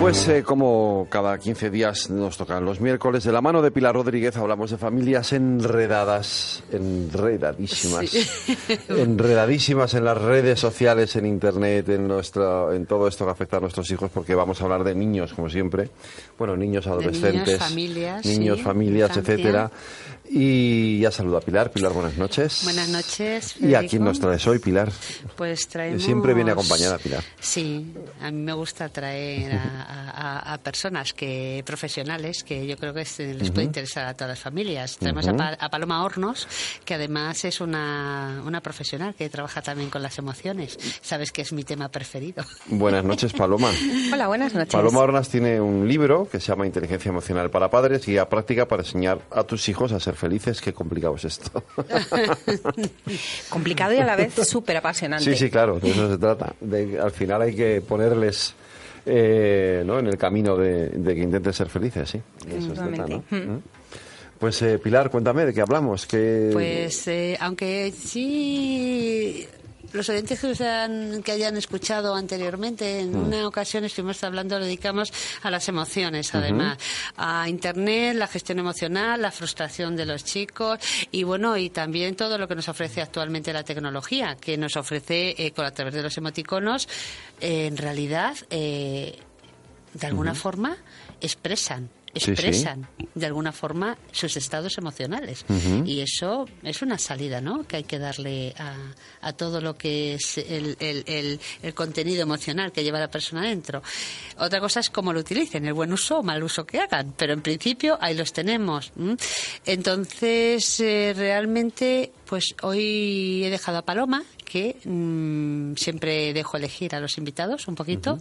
Pues como cada 15 días nos tocan los miércoles, de la mano de Pilar Rodríguez hablamos de familias enredadísimas, sí. enredadísimas en las redes sociales, en internet, en todo esto que afecta a nuestros hijos, porque vamos a hablar de niños, como siempre. Bueno, niños, adolescentes, niños, familias, etcétera. Y ya saludo a Pilar. Pilar, buenas noches. Buenas noches, Federico. ¿Y a quién nos traes hoy, Pilar? Pues traemos... Siempre viene acompañada, Pilar. Sí, a mí me gusta traer a personas profesionales que yo creo que les puede interesar a todas las familias. Traemos a Paloma Hornos, que además es una profesional que trabaja también con las emociones. Sabes que es mi tema preferido. Buenas noches, Paloma. Hola, buenas noches. Paloma Hornos tiene un libro que se llama Inteligencia Emocional para Padres, guía práctica para enseñar a tus hijos a ser felices. Qué complicado es esto. Complicado y a la vez súper apasionante. Sí, claro, de eso se trata. Al final hay que ponerles ¿no? en el camino de que intenten ser felices, sí. De eso se trata, ¿no? Pues Pilar, cuéntame, ¿de qué hablamos? Pues aunque sí... Los oyentes que hayan escuchado anteriormente, en una ocasión estuvimos hablando, lo dedicamos a las emociones, además, a Internet, la gestión emocional, la frustración de los chicos y bueno, y también todo lo que nos ofrece actualmente la tecnología, que nos ofrece a través de los emoticonos, en realidad, de alguna forma, expresan de alguna forma sus estados emocionales y eso es una salida, ¿no?, que hay que darle a todo lo que es el contenido emocional que lleva la persona dentro. Otra cosa es cómo lo utilicen, el buen uso o mal uso que hagan, pero en principio ahí los tenemos. Entonces realmente pues hoy he dejado a Paloma, que siempre dejo elegir a los invitados un poquito.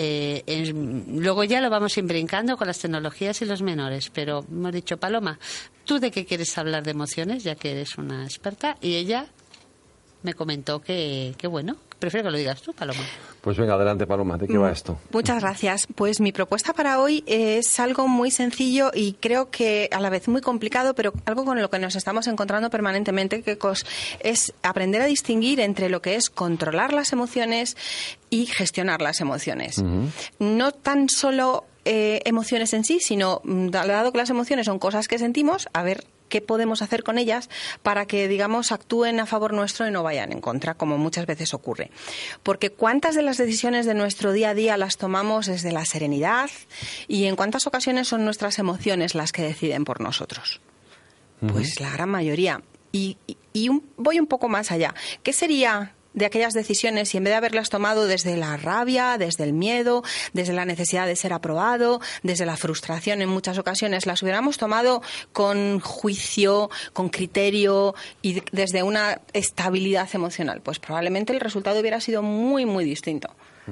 Luego ya lo vamos brincando con las tecnologías y los menores, pero hemos dicho, Paloma, ¿tú de qué quieres hablar de emociones, ya que eres una experta? Y ella me comentó que bueno, prefiero que lo digas tú, Paloma. Pues venga, adelante, Paloma, ¿de qué va esto? Muchas gracias. Pues mi propuesta para hoy es algo muy sencillo y creo que a la vez muy complicado, pero algo con lo que nos estamos encontrando permanentemente, que es aprender a distinguir entre lo que es controlar las emociones y gestionar las emociones. No tan solo emociones en sí, sino dado que las emociones son cosas que sentimos, a ver qué podemos hacer con ellas para que, digamos, actúen a favor nuestro y no vayan en contra, como muchas veces ocurre. Porque cuántas de las decisiones de nuestro día a día las tomamos desde la serenidad y en cuántas ocasiones son nuestras emociones las que deciden por nosotros. Pues la gran mayoría. Y voy un poco más allá. ¿Qué sería de aquellas decisiones si en vez de haberlas tomado desde la rabia, desde el miedo, desde la necesidad de ser aprobado, desde la frustración en muchas ocasiones, las hubiéramos tomado con juicio, con criterio y desde una estabilidad emocional? Pues probablemente el resultado hubiera sido muy, muy distinto.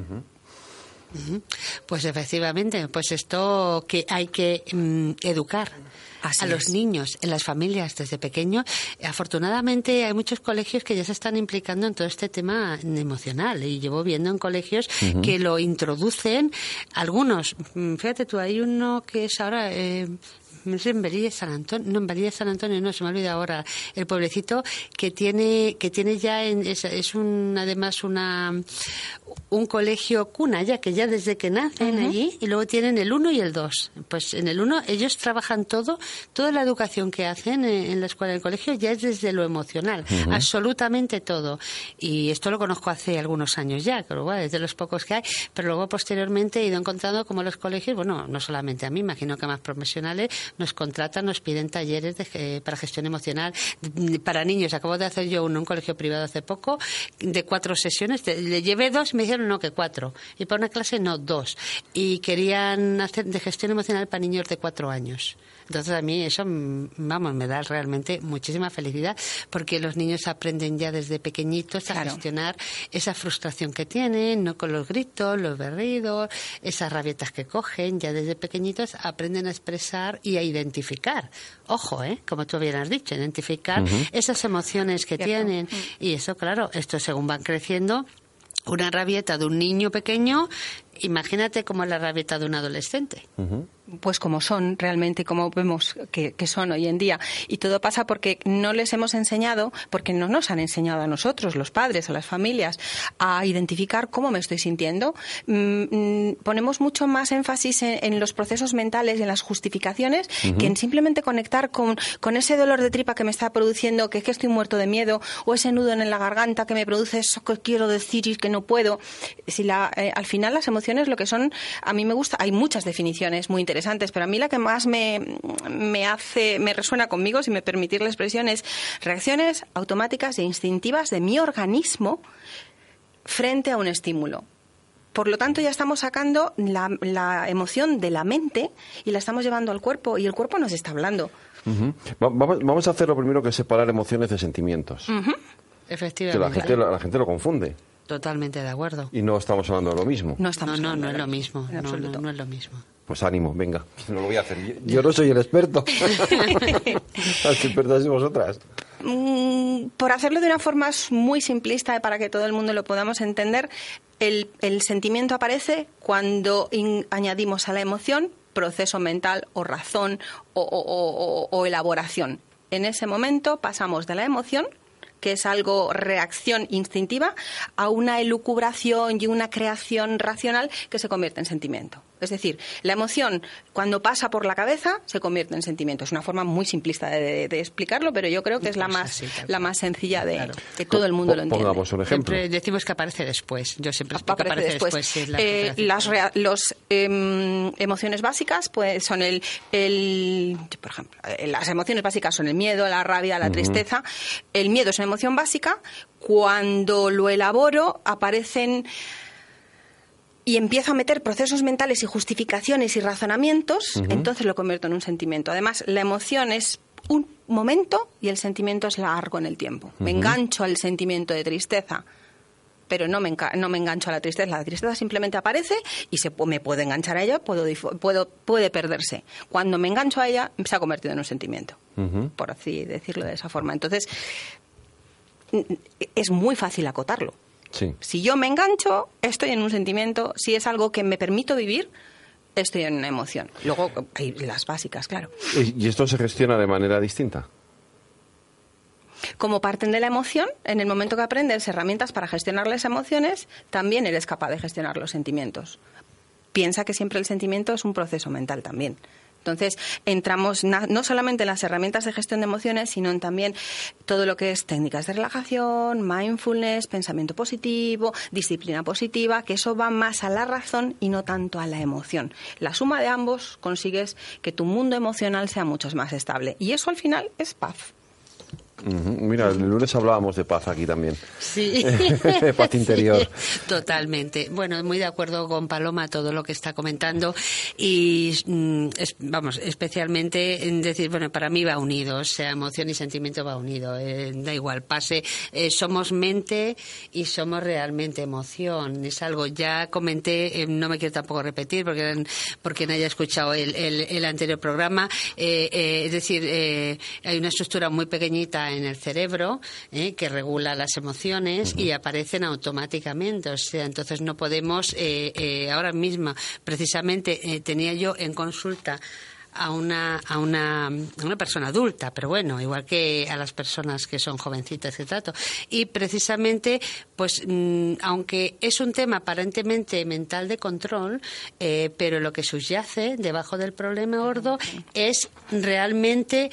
Pues efectivamente, pues esto que hay que educar a los niños, en las familias desde pequeños. Afortunadamente hay muchos colegios que ya se están implicando en todo este tema emocional y llevo viendo en colegios que lo introducen algunos. Fíjate tú, hay uno que es ahora... no sé, en Belilla de San Antonio, se me olvida ahora, el pueblecito que tiene ya además un colegio cuna ya, que ya desde que nacen allí, y luego tienen el 1 y el 2. Pues en el 1 ellos trabajan toda la educación que hacen en la escuela, en el colegio, ya es desde lo emocional, absolutamente todo. Y esto lo conozco hace algunos años ya, pero bueno, desde los pocos que hay, pero luego posteriormente he ido encontrando como los colegios, bueno, no solamente a mí, imagino que más profesionales, nos contratan, nos piden talleres para gestión emocional para niños. Acabo de hacer yo un colegio privado hace poco, de 4 sesiones. Le llevé 2 y me dijeron no, que 4. Y para una clase no, 2. Y querían hacer de gestión emocional para niños de 4 años. Entonces a mí eso, vamos, me da realmente muchísima felicidad, porque los niños aprenden ya desde pequeñitos a gestionar esa frustración que tienen, no con los gritos, los berridos, esas rabietas que cogen, ya desde pequeñitos aprenden a expresar y a identificar. Ojo, como tú bien has dicho, identificar esas emociones que tienen. Y eso, claro, esto según van creciendo, una rabieta de un niño pequeño imagínate cómo es la rabieta de un adolescente. Pues como son realmente, como vemos que son hoy en día. Y todo pasa porque no les hemos enseñado, porque no nos han enseñado a nosotros, los padres, a las familias, a identificar cómo me estoy sintiendo. Ponemos mucho más énfasis en los procesos mentales y en las justificaciones que en simplemente conectar con ese dolor de tripa que me está produciendo, que es que estoy muerto de miedo, o ese nudo en la garganta que me produce eso que quiero decir y que no puedo. Si al final las emociones lo que son, a mí me gusta, hay muchas definiciones muy interesantes, pero a mí la que más me resuena conmigo, si me permitís la expresión, es reacciones automáticas e instintivas de mi organismo frente a un estímulo. Por lo tanto, ya estamos sacando la emoción de la mente y la estamos llevando al cuerpo, y el cuerpo nos está hablando. Vamos a hacer lo primero, que es separar emociones de sentimientos. Efectivamente. Que la gente lo confunde. Totalmente de acuerdo. Y no estamos hablando de lo mismo. No es lo mismo. No es lo mismo. Pues ánimo, venga, lo voy a hacer. Yo no soy el experto. Las expertas sois vosotras. Por hacerlo de una forma muy simplista para que todo el mundo lo podamos entender, el sentimiento aparece cuando añadimos a la emoción proceso mental o razón o elaboración. En ese momento pasamos de la emoción, que es algo reacción instintiva, a una elucubración y una creación racional que se convierte en sentimiento. Es decir, la emoción, cuando pasa por la cabeza, se convierte en sentimiento. Es una forma muy simplista de explicarlo, pero yo creo que es la más sencilla de que todo el mundo lo entiende. Pongamos un ejemplo. Siempre decimos que aparece después. Yo siempre explico que aparece después. Sí, las emociones básicas pues son por ejemplo, las emociones básicas son el miedo, la rabia, la tristeza. El miedo es una emoción básica. Cuando lo elaboro, aparecen y empiezo a meter procesos mentales y justificaciones y razonamientos, entonces lo convierto en un sentimiento. Además, la emoción es un momento y el sentimiento es largo en el tiempo. Me engancho al sentimiento de tristeza, pero no me engancho a la tristeza. La tristeza simplemente aparece y me puedo enganchar a ella, puede perderse. Cuando me engancho a ella, se ha convertido en un sentimiento, por así decirlo de esa forma. Entonces, es muy fácil acotarlo. Sí. Si yo me engancho, estoy en un sentimiento. Si es algo que me permito vivir, estoy en una emoción. Luego hay las básicas, claro. ¿Y esto se gestiona de manera distinta? Como parten de la emoción, en el momento que aprendes herramientas para gestionar las emociones, también eres capaz de gestionar los sentimientos. Piensa que siempre el sentimiento es un proceso mental también. Entonces, entramos no solamente en las herramientas de gestión de emociones, sino en también todo lo que es técnicas de relajación, mindfulness, pensamiento positivo, disciplina positiva, que eso va más a la razón y no tanto a la emoción. La suma de ambos consigues que tu mundo emocional sea mucho más estable. Y eso al final es paz. Mira, el lunes hablábamos de paz aquí también. Sí. De paz interior. Sí, totalmente. Bueno, muy de acuerdo con Paloma todo lo que está comentando y especialmente en decir, bueno, para mí va unido, o sea, emoción y sentimiento va unido, da igual, somos mente y somos realmente emoción. Es algo, ya comenté, no me quiero tampoco repetir porque no haya escuchado el anterior programa, es decir, hay una estructura muy pequeñita en el cerebro que regula las emociones y aparecen automáticamente, o sea, entonces no podemos ahora mismo, precisamente tenía yo en consulta a una persona adulta, pero bueno, igual que a las personas que son jovencitas que trato. Y precisamente, pues, aunque es un tema aparentemente mental de control, pero lo que subyace debajo del problema gordo es realmente,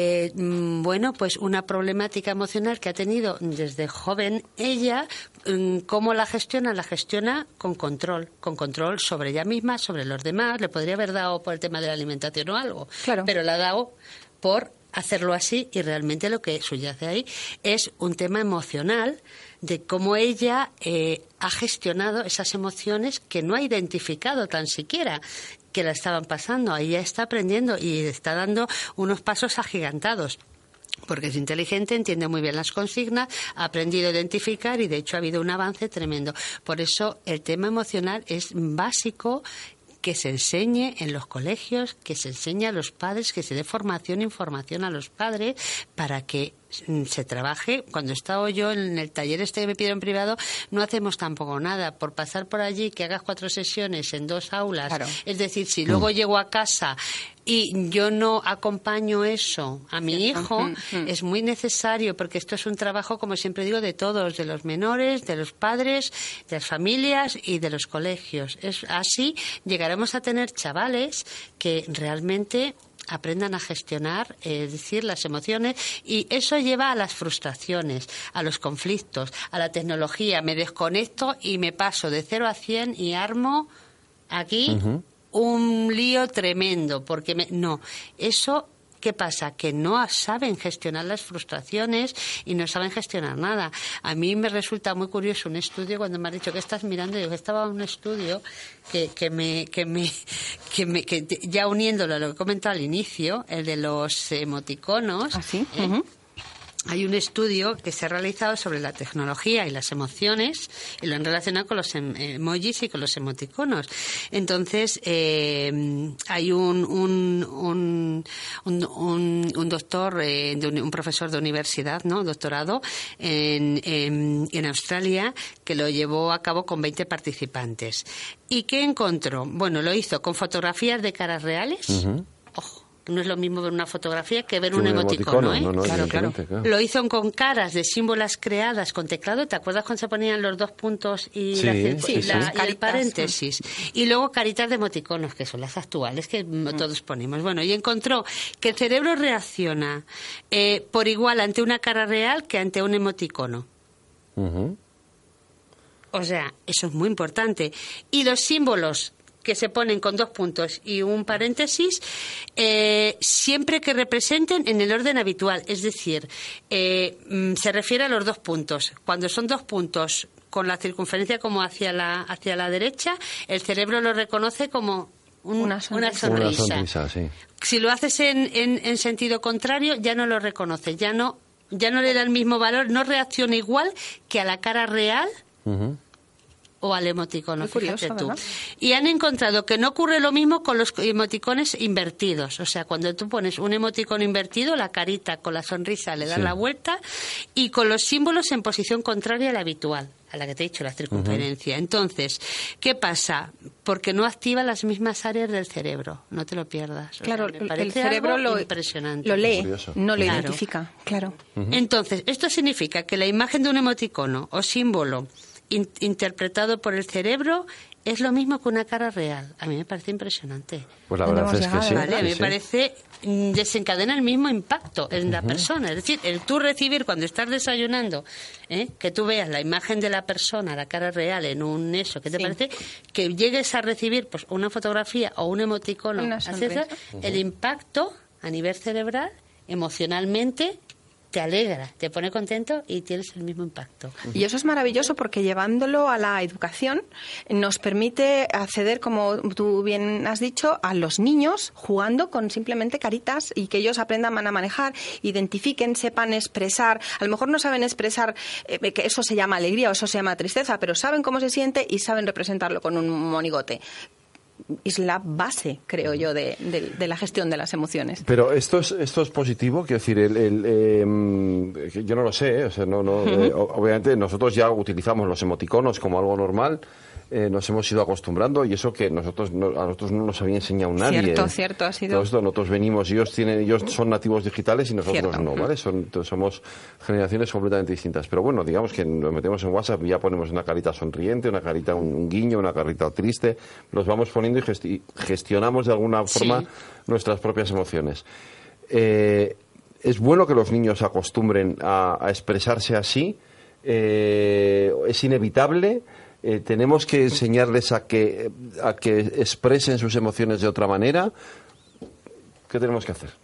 pues una problemática emocional que ha tenido desde joven ella. ¿Cómo la gestiona? La gestiona con control sobre ella misma, sobre los demás. Le podría haber dado por el tema de la alimentación o algo, claro, pero la ha dado por hacerlo así, y realmente lo que subyace ahí es un tema emocional de cómo ella ha gestionado esas emociones que no ha identificado tan siquiera que la estaban pasando. Ahí ya está aprendiendo y está dando unos pasos agigantados. Porque es inteligente, entiende muy bien las consignas, ha aprendido a identificar y de hecho ha habido un avance tremendo. Por eso el tema emocional es básico, que se enseñe en los colegios, que se enseñe a los padres, que se dé formación e información a los padres para que se trabaje. Cuando he estado yo en el taller que me pidieron privado, no hacemos tampoco nada. Por pasar por allí, que hagas 4 sesiones en 2 aulas, claro. Es decir, si luego llego a casa y yo no acompaño eso a mi hijo, es muy necesario, porque esto es un trabajo, como siempre digo, de todos, de los menores, de los padres, de las familias y de los colegios. Así llegaremos a tener chavales que realmente aprendan a gestionar, es decir, las emociones, y eso lleva a las frustraciones, a los conflictos, a la tecnología. Me desconecto y me paso de 0 a 100 y armo aquí un lío tremendo, porque no, eso... ¿Qué pasa? Que no saben gestionar las frustraciones y no saben gestionar nada. A mí me resulta muy curioso un estudio, cuando me has dicho que estás mirando, digo que estaba un estudio que ya uniéndolo a lo que he comentado al inicio, el de los emoticonos. ¿Ah, sí? Hay un estudio que se ha realizado sobre la tecnología y las emociones y lo han relacionado con los emojis y con los emoticonos. Entonces, hay un doctor, un profesor de universidad, ¿no? Doctorado en Australia, que lo llevó a cabo con 20 participantes. ¿Y qué encontró? Bueno, lo hizo con fotografías de caras reales. Ojo. No es lo mismo ver una fotografía que ver un emoticono, ¿eh? No, claro. Lo hizo con caras de símbolos creadas con teclado. ¿Te acuerdas cuando se ponían los 2 puntos y el paréntesis? Y luego caritas de emoticonos, que son las actuales que todos ponemos. Bueno, y encontró que el cerebro reacciona por igual ante una cara real que ante un emoticono. O sea, eso es muy importante. Y los símbolos que se ponen con 2 puntos y un paréntesis, siempre que representen en el orden habitual. Es decir, se refiere a los 2 puntos. Cuando son 2 puntos con la circunferencia como hacia la derecha, el cerebro lo reconoce como una sonrisa. Una sonrisa, sí. Si lo haces en sentido contrario, ya no lo reconoce, ya no le da el mismo valor, no reacciona igual que a la cara real. O al emoticono, fíjate tú. Y han encontrado que no ocurre lo mismo con los emoticones invertidos. O sea, cuando tú pones un emoticono invertido, la carita con la sonrisa le da la vuelta, y con los símbolos en posición contraria a la habitual, a la que te he dicho, la circunferencia. Entonces, ¿qué pasa? Porque no activa las mismas áreas del cerebro. No te lo pierdas. Claro, me parece el cerebro impresionante. Lo lee, no lo identifica. Claro. Entonces, esto significa que la imagen de un emoticono o símbolo interpretado por el cerebro es lo mismo que una cara real. A mí me parece impresionante. Pues la verdad es que sí. ¿Vale? A mí me sí. parece, desencadena el mismo impacto en la persona. Es decir, el tú recibir cuando estás desayunando, que tú veas la imagen de la persona, la cara real en un eso, ¿qué te parece? Que llegues a recibir pues una fotografía o un emoticono, el impacto a nivel cerebral, emocionalmente, te alegra, te pone contento y tienes el mismo impacto. Y eso es maravilloso, porque llevándolo a la educación nos permite acceder, como tú bien has dicho, a los niños jugando con simplemente caritas, y que ellos aprendan a manejar, identifiquen, sepan expresar. A lo mejor no saben expresar que eso se llama alegría o eso se llama tristeza, pero saben cómo se siente y saben representarlo con un monigote. Es la base, creo yo, de la gestión de las emociones. Pero esto es positivo, quiero decir, yo no lo sé, o sea, obviamente nosotros ya utilizamos los emoticonos como algo normal. Nos hemos ido acostumbrando, y eso que a nosotros no nos había enseñado nadie. Cierto, ha sido. Todo esto, nosotros venimos, ellos son nativos digitales y nosotros no, ¿vale? Somos generaciones completamente distintas. Pero bueno, digamos que nos metemos en WhatsApp y ya ponemos una carita sonriente, una carita, un guiño, una carita triste, los vamos poniendo y gestionamos de alguna forma nuestras propias emociones. Es bueno que los niños se acostumbren a expresarse así, es inevitable. Tenemos que enseñarles a que expresen sus emociones de otra manera. ¿Qué tenemos que hacer?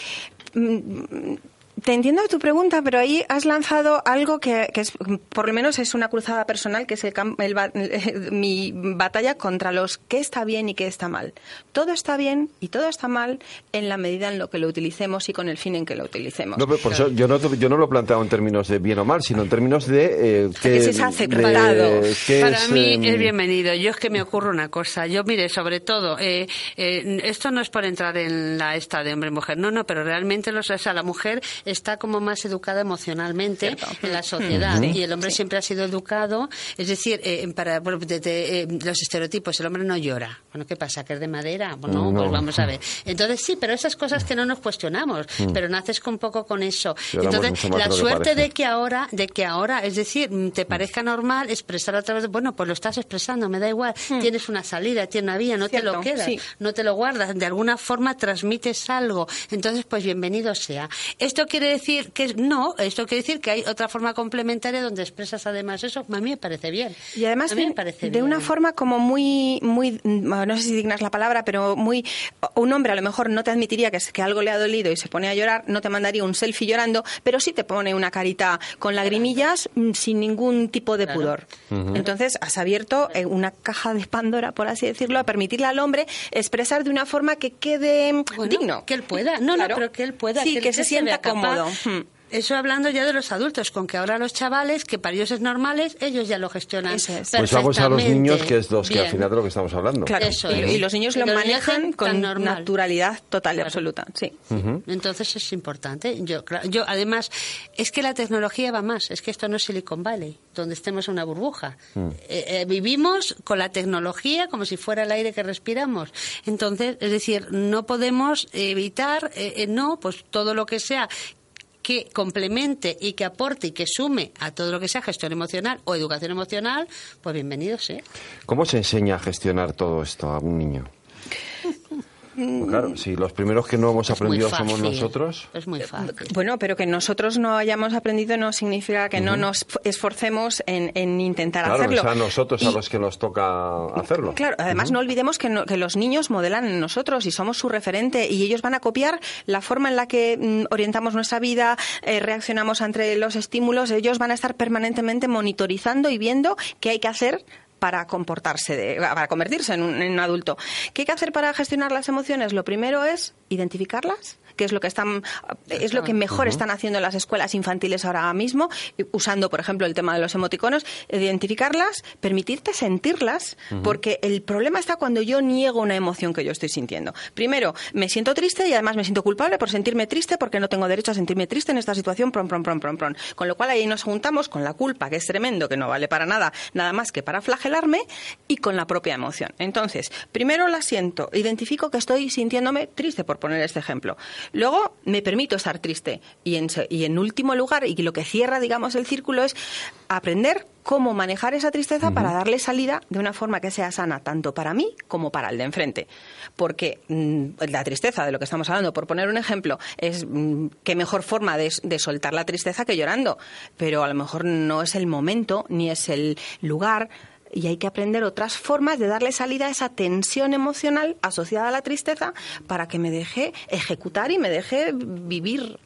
Te entiendo tu pregunta, pero ahí has lanzado algo que es, por lo menos es una cruzada personal, que es mi batalla contra los qué está bien y qué está mal. Todo está bien y todo está mal en la medida en lo que lo utilicemos y con el fin en que lo utilicemos. No, pero por eso yo no lo he planteado en términos de bien o mal, sino en términos de que se ha aceptado. Para mí es bienvenido. Yo es que me ocurre una cosa. Yo, mire, sobre todo, esto no es por entrar en la esta de hombre-mujer, no, pero realmente la mujer está como más educada emocionalmente en la sociedad, y el hombre siempre ha sido educado, es decir, los estereotipos, el hombre no llora. Bueno, ¿qué pasa? ¿Que es de madera? Bueno, pues vamos a ver. Entonces sí, pero esas cosas que no nos cuestionamos, pero naces un poco con eso. Entonces, la suerte de que ahora, es decir, te parezca normal expresar a través de, bueno, pues lo estás expresando, me da igual, tienes una salida, tienes una vía, no te lo quedas, no te lo guardas, de alguna forma transmites algo. Entonces, pues bienvenido sea. Esto quiere decir que esto quiere decir que hay otra forma complementaria donde expresas además eso. A mí me parece bien. Y además de una forma como muy, no sé si digna es la palabra, pero muy, un hombre a lo mejor no te admitiría que algo le ha dolido y se pone a llorar, no te mandaría un selfie llorando, pero sí te pone una carita con lagrimillas sin ningún tipo de pudor. Entonces has abierto una caja de Pandora, por así decirlo, a permitirle al hombre expresar de una forma que quede digno. Que él pueda, pero que él pueda. Sí, que se sienta cómodo. Eso hablando ya de los adultos, con que ahora los chavales, que para ellos es normales, ellos ya lo gestionan perfectamente. Pues vamos a los niños, que es los que al final de lo que estamos hablando. Claro, y los niños lo manejan con naturalidad total y absoluta. Sí. Entonces es importante. Yo además, es que la tecnología va más, es que esto no es Silicon Valley, donde estemos en una burbuja. Vivimos con la tecnología como si fuera el aire que respiramos. Entonces, es decir, no podemos evitar, pues todo lo que sea que complemente y que aporte y que sume a todo lo que sea gestión emocional o educación emocional, pues bienvenido sea. ¿Cómo se enseña a gestionar todo esto a un niño? Pues claro, si los primeros que no hemos aprendido somos nosotros. Es muy fácil. Bueno, pero que nosotros no hayamos aprendido no significa que no nos esforcemos en intentar hacerlo. Claro, es a nosotros a los que nos toca hacerlo. Claro, además no olvidemos que los niños modelan en nosotros y somos su referente, y ellos van a copiar la forma en la que orientamos nuestra vida, reaccionamos ante los estímulos. Ellos van a estar permanentemente monitorizando y viendo qué hay que hacer para convertirse en un adulto. ¿Qué hay que hacer para gestionar las emociones? Lo primero es identificarlas, que es lo que mejor están haciendo las escuelas infantiles ahora mismo, usando, por ejemplo, el tema de los emoticonos. Identificarlas, permitirte sentirlas, porque el problema está cuando yo niego una emoción que yo estoy sintiendo. Primero, me siento triste y además me siento culpable por sentirme triste, porque no tengo derecho a sentirme triste en esta situación, Con lo cual ahí nos juntamos con la culpa, que es tremendo, que no vale para nada más que para flagelarme, y con la propia emoción. Entonces, primero la siento, identifico que estoy sintiéndome triste, por poner este ejemplo. Luego me permito estar triste, y en último lugar, y lo que cierra, digamos, el círculo, es aprender cómo manejar esa tristeza para darle salida de una forma que sea sana tanto para mí como para el de enfrente. Porque la tristeza, de lo que estamos hablando, por poner un ejemplo, es qué mejor forma de soltar la tristeza que llorando, pero a lo mejor no es el momento ni es el lugar. Y hay que aprender otras formas de darle salida a esa tensión emocional asociada a la tristeza para que me deje ejecutar y me deje vivir.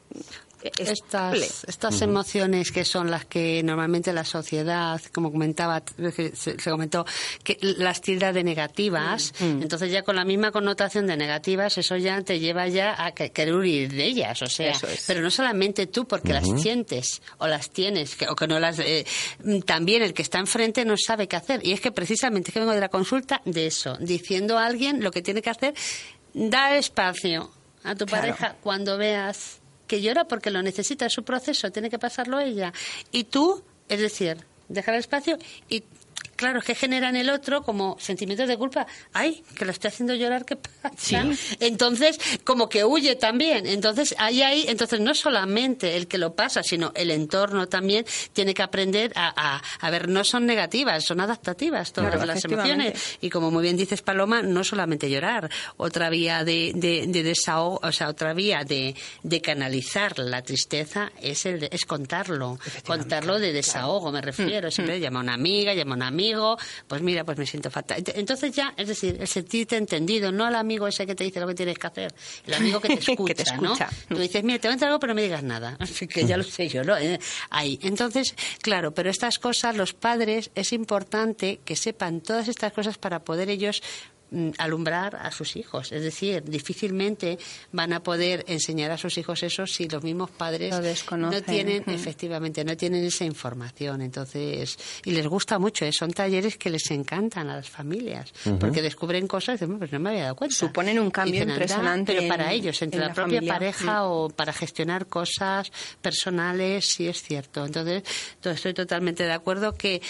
Estas emociones que son las que normalmente la sociedad, como comentaba, se comentó, que las tilda de negativas, entonces ya con la misma connotación de negativas, eso ya te lleva ya a querer huir de ellas, o sea, pero no solamente tú, porque las sientes o las tienes, o que no las... también el que está enfrente no sabe qué hacer, y es que precisamente que vengo de la consulta de eso, diciendo a alguien lo que tiene que hacer, da espacio a tu pareja cuando veas que llora porque lo necesita, es su proceso, tiene que pasarlo ella. Y tú, es decir, dejar el espacio y, claro, es que genera en el otro como sentimientos de culpa. ¡Ay, que lo estoy haciendo llorar, qué pasa! Sí. Entonces, como que huye también. Entonces, entonces no solamente el que lo pasa, sino el entorno también tiene que aprender a ver, no son negativas, son adaptativas todas las emociones. Y como muy bien dices, Paloma, no solamente llorar, otra vía de desahogo, o sea, otra vía de canalizar la tristeza es contarlo de desahogo, me refiero. Siempre llama a una amiga, llama a un amigo, pues mira, pues me siento fatal. Entonces ya, es decir, el sentirte entendido, no al amigo ese que te dice lo que tienes que hacer, el amigo que te escucha, que te escucha. ¿No? Tú dices, mira, te voy a decir algo, pero no me digas nada. Así que ya lo sé yo, ¿no? Ahí. Entonces, claro, pero estas cosas, los padres, es importante que sepan todas estas cosas para poder ellos alumbrar a sus hijos. Es decir, difícilmente van a poder enseñar a sus hijos eso si los mismos padres no tienen, efectivamente, no tienen esa información. Entonces, y les gusta mucho, son talleres que les encantan a las familias, porque descubren cosas y dicen, pues no me había dado cuenta. Suponen un cambio impresionante. Pero para ellos, entre la propia pareja o para gestionar cosas personales, sí es cierto. Entonces, estoy totalmente de acuerdo que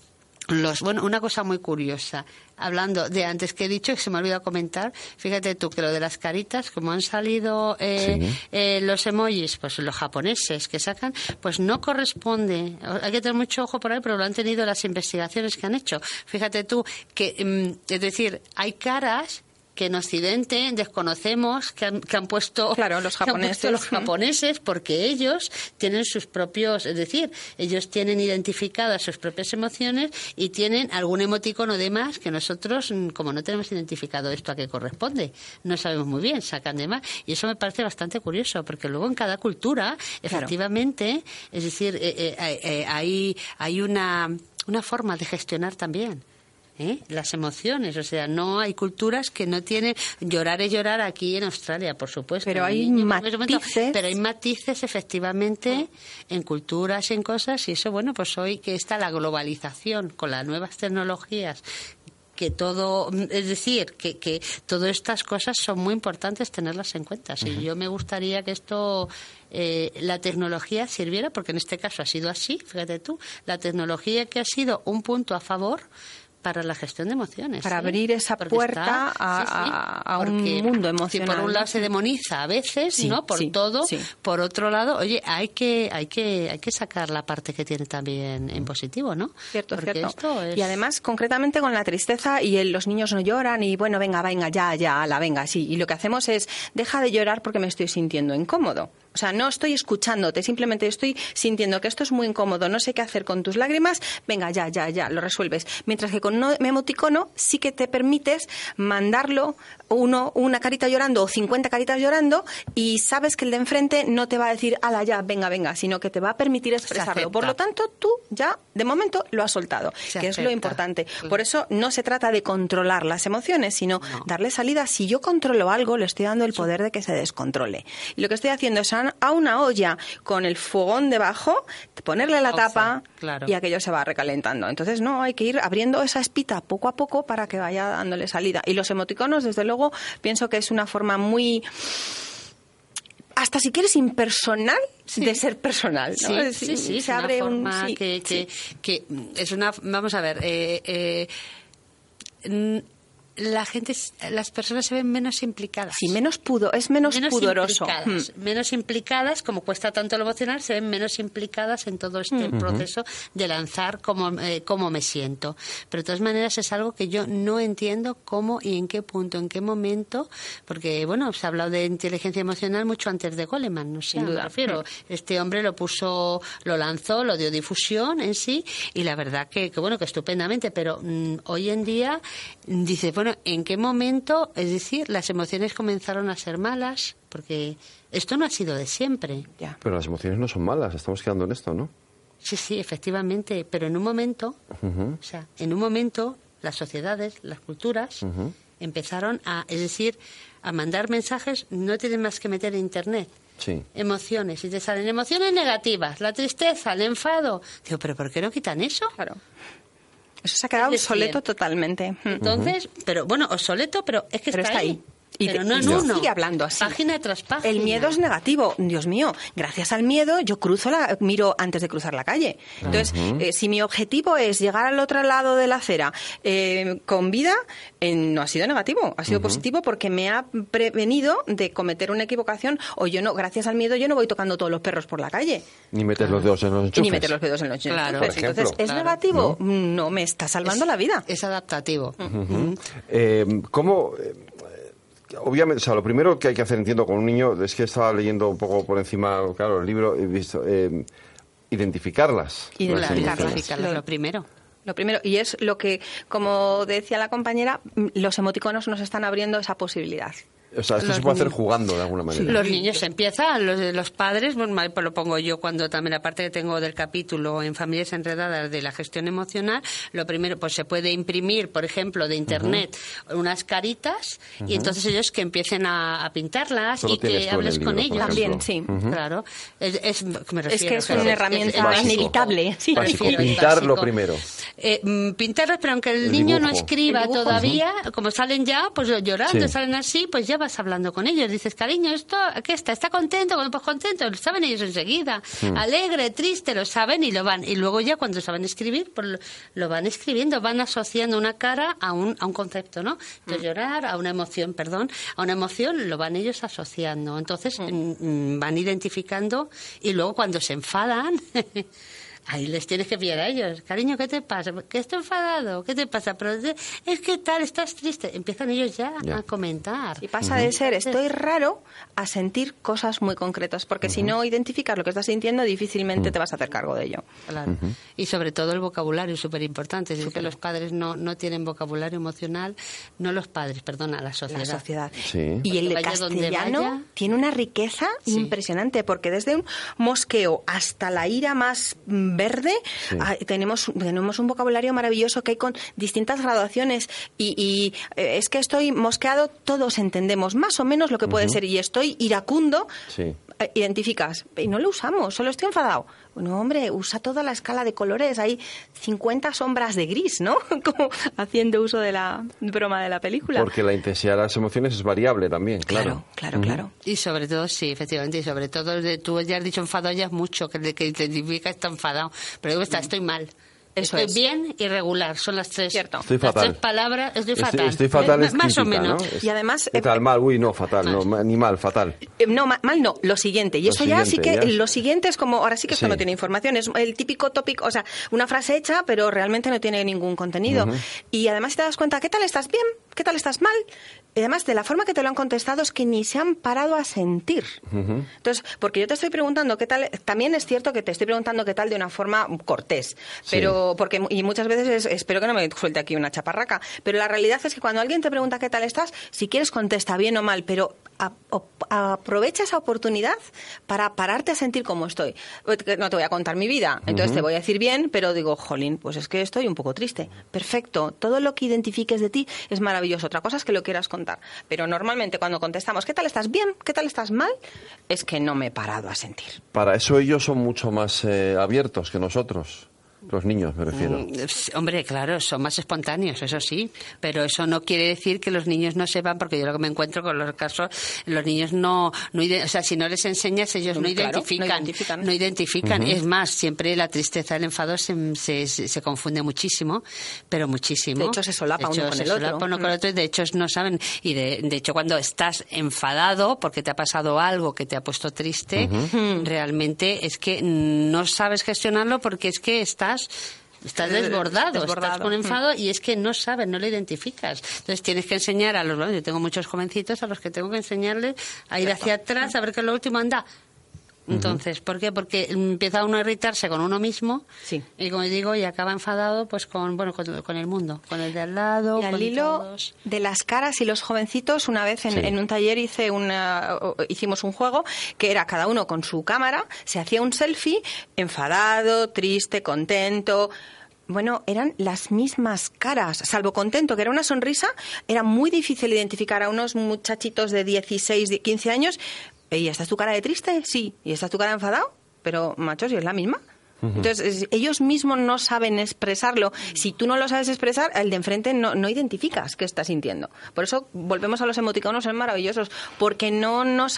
una cosa muy curiosa, hablando de antes que he dicho, que se me ha olvidado comentar, fíjate tú que lo de las caritas, como han salido los emojis, pues los japoneses que sacan, pues no corresponde, hay que tener mucho ojo por ahí, pero lo han tenido las investigaciones que han hecho. Fíjate tú que, es decir, hay caras que en Occidente desconocemos que han puesto los japoneses porque ellos tienen sus propios, es decir, ellos tienen identificadas sus propias emociones y tienen algún emoticono de más que nosotros, como no tenemos identificado esto a qué corresponde, no sabemos muy bien, sacan de más, y eso me parece bastante curioso porque luego en cada cultura efectivamente, es decir, hay una forma de gestionar también las emociones, o sea, no hay culturas que no tienen. Llorar es llorar aquí en Australia, por supuesto, pero hay matices, pero hay matices efectivamente en culturas, en cosas, y eso, bueno, pues hoy que está la globalización con las nuevas tecnologías, que todo, es decir, que todas estas cosas son muy importantes tenerlas en cuenta. Y yo me gustaría que esto, la tecnología sirviera, porque en este caso ha sido así, fíjate tú, la tecnología que ha sido un punto a favor para la gestión de emociones. Para abrir esa puerta a un mundo emocional. Si por un lado se demoniza a veces, ¿no? Por todo. Sí. Por otro lado, oye, hay que sacar la parte que tiene también en positivo, ¿no? Cierto. Y además, concretamente con la tristeza, y los niños no lloran, y bueno, venga, venga, sí. Y lo que hacemos es, deja de llorar porque me estoy sintiendo incómodo. O sea, no estoy escuchándote, simplemente estoy sintiendo que esto es muy incómodo, no sé qué hacer con tus lágrimas, venga, ya, lo resuelves. Mientras que con un emoticono sí que te permites mandarlo una carita llorando o 50 caritas llorando, y sabes que el de enfrente no te va a decir, ala, ya, venga, sino que te va a permitir expresarlo. Por lo tanto, tú ya, de momento, lo has soltado, que es lo importante. Por eso no se trata de controlar las emociones, sino darle salida. Si yo controlo algo, le estoy dando el poder de que se descontrole. Y lo que estoy haciendo es a una olla con el fogón debajo, ponerle la tapa, y aquello se va recalentando. Entonces, no, hay que ir abriendo esa espita poco a poco para que vaya dándole salida. Y los emoticonos, desde luego, pienso que es una forma muy, hasta si quieres, impersonal de ser personal, ¿no? Sí, se abre una forma que es una, vamos a ver, las personas se ven menos implicadas. Sí, menos pudoroso. Menos implicadas, como cuesta tanto lo emocional, se ven menos implicadas en todo este proceso de lanzar cómo me siento. Pero de todas maneras es algo que yo no entiendo cómo y en qué punto, en qué momento, porque, bueno, se ha hablado de inteligencia emocional mucho antes de Goleman, ¿no? Sin duda. Refiero. Este hombre lo lanzó, lo dio difusión en sí, y la verdad que estupendamente, pero hoy en día dice, bueno, ¿en qué momento, es decir, las emociones comenzaron a ser malas? Porque esto no ha sido de siempre. Ya. Pero las emociones no son malas, estamos quedando en esto, ¿no? Sí, efectivamente, pero en un momento, las sociedades, las culturas, empezaron a mandar mensajes, no tienen más que meter en Internet. Sí. Emociones, y te salen emociones negativas, la tristeza, el enfado. Digo, ¿pero por qué no quitan eso? Claro. Eso se ha quedado obsoleto totalmente. Entonces, pero bueno, obsoleto, pero es que está ahí. Pero no en uno. Sigue hablando así. Página tras página. El miedo es negativo. Dios mío, gracias al miedo yo miro antes de cruzar la calle. Entonces, si mi objetivo es llegar al otro lado de la acera con vida, no ha sido negativo, ha sido positivo, porque me ha prevenido de cometer una equivocación. O yo no, gracias al miedo, yo no voy tocando todos los perros por la calle. Ni meter los dedos en los enchufes. Ni meter los dedos en los enchufes. Claro, entonces, ¿es negativo? No, me está salvando la vida. Es adaptativo. ¿Cómo...? Obviamente, o sea, lo primero que hay que hacer, entiendo, con un niño, es que estaba leyendo un poco por encima, claro, el libro, he visto, identificarlas. Identificarlas, lo primero. Lo primero, y es lo que, como decía la compañera, los emoticonos nos están abriendo esa posibilidad. O sea, esto se puede hacer jugando de alguna manera. Los niños empiezan, los padres, pues lo pongo yo cuando también, aparte que tengo del capítulo en Familias Enredadas de la gestión emocional, lo primero, pues se puede imprimir, por ejemplo, de internet unas caritas y entonces ellos que empiecen a pintarlas. Solo y que hables con ellos. También, sí. Claro. Me refiero, es que es una herramienta inevitable. Sí. Básico. Pintar lo primero. Pintarlos, pero aunque el niño no escriba todavía, como salen ya, pues llorando, salen así, pues ya vas hablando con ellos. Dices, cariño, ¿esto qué está? ¿Está contento? Bueno, pues contento, lo saben ellos enseguida. Alegre, triste, lo saben y lo van. Y luego ya cuando saben escribir, pues lo van escribiendo, van asociando una cara a un concepto, ¿no? Entonces llorar, a una emoción, lo van ellos asociando. Entonces van identificando y luego cuando se enfadan... Ahí les tienes que pillar a ellos. Cariño, ¿qué te pasa? ¿Que estoy enfadado? ¿Qué te pasa? Pero es que tal, estás triste. Empiezan ellos ya a comentar. Y pasa de ser estoy raro a sentir cosas muy concretas. Porque si no identificas lo que estás sintiendo, difícilmente te vas a hacer cargo de ello. Claro. Y sobre todo el vocabulario es súper importante. Es decir, que los padres no tienen vocabulario emocional. No los padres, perdona, la sociedad. La sociedad. Sí. Y el castellano tiene una riqueza impresionante. Porque desde un mosqueo hasta la ira más verde, tenemos un vocabulario maravilloso que hay con distintas graduaciones y es que estoy mosqueado, todos entendemos más o menos lo que puede ser, y estoy iracundo, identificas, y no lo usamos, solo estoy enfadado. Bueno, hombre, usa toda la escala de colores, hay 50 sombras de gris, ¿no? Como haciendo uso de la broma de la película. Porque la intensidad de las emociones es variable también, claro. Claro. Y sobre todo, sí, efectivamente, y sobre todo, tú ya has dicho enfadado ya es mucho, que identifica está enfadado, pero estoy mal. Estoy bien y regular, son las tres. Cierto. Estoy fatal. Las tres palabras, estoy fatal. Estoy fatal es más crítica, o menos. ¿no? Y además... ¿Qué tal? Mal, fatal. No, ni mal, fatal. No, mal no, lo siguiente. Y eso ya sí que, lo siguiente es como, ahora sí que esto no tiene información, es el típico tópico, o sea, una frase hecha, pero realmente no tiene ningún contenido. Y además si te das cuenta, ¿qué tal estás bien? ¿Qué tal estás mal? Y además, de la forma que te lo han contestado es que ni se han parado a sentir. Entonces, porque yo te estoy preguntando qué tal, también es cierto que te estoy preguntando qué tal de una forma cortés, pero y muchas veces espero que no me suelte aquí una chaparraca, pero la realidad es que cuando alguien te pregunta qué tal estás, si quieres contesta bien o mal, pero aprovecha esa oportunidad para pararte a sentir cómo estoy. No te voy a contar mi vida, entonces te voy a decir bien, pero digo, jolín, pues es que estoy un poco triste. Perfecto, todo lo que identifiques de ti es maravilloso. Otra cosa es que lo quieras contar, pero normalmente cuando contestamos ¿qué tal estás bien? ¿Qué tal estás mal? Es que no me he parado a sentir. Para eso ellos son mucho más abiertos que nosotros. Los niños, me refiero. Hombre, claro, son más espontáneos, eso sí, pero eso no quiere decir que los niños no sepan, porque yo lo que me encuentro con los casos, los niños o sea, si no les enseñas, ellos no identifican. Es más, siempre la tristeza, el enfado se confunde muchísimo, pero muchísimo. De hecho, se solapa uno con el otro. Y de hecho, no saben. Y de hecho, cuando estás enfadado, porque te ha pasado algo que te ha puesto triste, realmente es que no sabes gestionarlo porque es que estás desbordado, estás con enfado y es que no sabes, no lo identificas. Entonces tienes que enseñar yo tengo muchos jovencitos a los que tengo que enseñarles a ir hacia atrás, a ver qué es lo último, anda. Entonces, ¿por qué? Porque empieza uno a irritarse con uno mismo y, como digo, y acaba enfadado pues con el mundo, con el de al lado. Y al hilo todos. De las caras y los jovencitos, una vez en un taller hicimos un juego que era cada uno con su cámara, se hacía un selfie, enfadado, triste, contento. Bueno, eran las mismas caras, salvo contento, que era una sonrisa. Era muy difícil identificar a unos muchachitos de 16, 15 años. ¿Y esta es tu cara de triste? Sí. ¿Y esta es tu cara de enfadado? Pero, machos, ¿y es la misma? Entonces, ellos mismos no saben expresarlo. Si tú no lo sabes expresar, el de enfrente no identificas qué está sintiendo. Por eso volvemos a los emoticonos, son maravillosos, porque no nos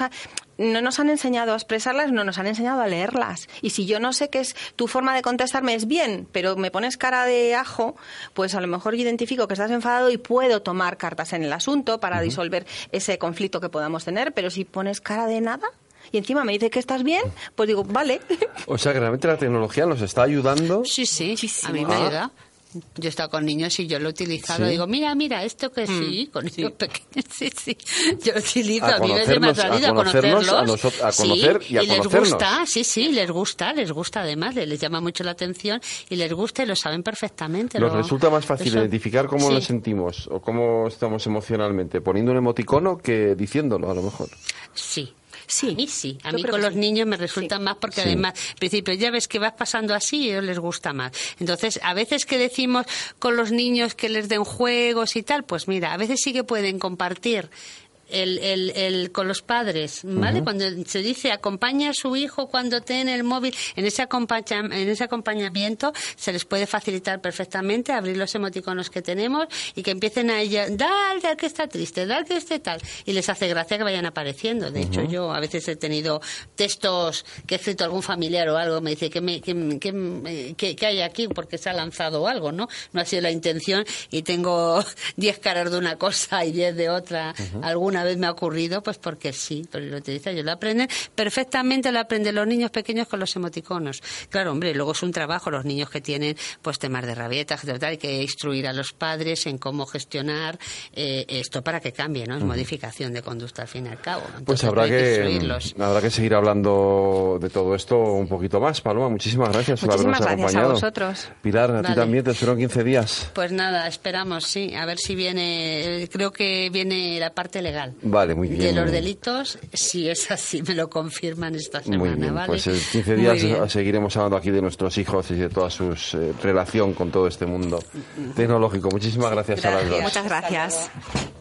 han enseñado a expresarlas, no nos han enseñado a leerlas. Y si yo no sé qué es tu forma de contestarme es bien, pero me pones cara de ajo, pues a lo mejor yo identifico que estás enfadado y puedo tomar cartas en el asunto para disolver ese conflicto que podamos tener, pero si pones cara de nada y encima me dice que estás bien, pues digo, vale. O sea que realmente la tecnología nos está ayudando. Sí, a mí me ayuda. Yo he estado con niños y yo lo he utilizado. ¿Sí? Digo, mira, esto que sí, con niños pequeños, sí. Yo lo utilizo. A mí me ha salido a conocerlos. A conocer y a conocernos. Les gusta además, les llama mucho la atención y les gusta y lo saben perfectamente. ¿Nos resulta más fácil identificar cómo nos sentimos o cómo estamos emocionalmente poniendo un emoticono que diciéndolo, a lo mejor? Sí. A mí con los niños me resulta más porque además, al principio ya ves que vas pasando así y a ellos les gusta más. Entonces, a veces que decimos con los niños que les den juegos y tal, pues mira, a veces sí que pueden compartir con los padres, ¿vale? Cuando se dice acompaña a su hijo cuando tiene el móvil, en ese acompañamiento se les puede facilitar perfectamente abrir los emoticonos que tenemos y que empiecen a ella, dale al que está triste, dale al que esté tal, y les hace gracia que vayan apareciendo. De hecho, yo a veces he tenido textos que he escrito algún familiar o algo, me dice ¿qué hay aquí? Porque se ha lanzado algo, ¿no? No ha sido la intención y tengo 10 caras de una cosa y 10 de otra, alguna vez me ha ocurrido, pues porque sí, pero lo utiliza, yo lo aprenden perfectamente, lo aprenden los niños pequeños con los emoticonos. Claro, hombre, luego es un trabajo, los niños que tienen pues temas de rabietas, hay que instruir a los padres en cómo gestionar esto para que cambie, ¿no? Es modificación de conducta al fin y al cabo. Entonces, pues habrá que seguir hablando de todo esto un poquito más, Paloma. Muchísimas gracias por habernos acompañado. Muchísimas gracias a vosotros. Pilar, a ti también, te espero en 15 días. Pues nada, esperamos, sí, a ver si viene, creo que viene la parte legal. Vale, muy bien. De los delitos, si es así, me lo confirman esta semana. Muy bien, ¿vale? Pues en 15 días seguiremos hablando aquí de nuestros hijos y de toda su relación con todo este mundo tecnológico. Muchísimas gracias a las dos. Muchas gracias.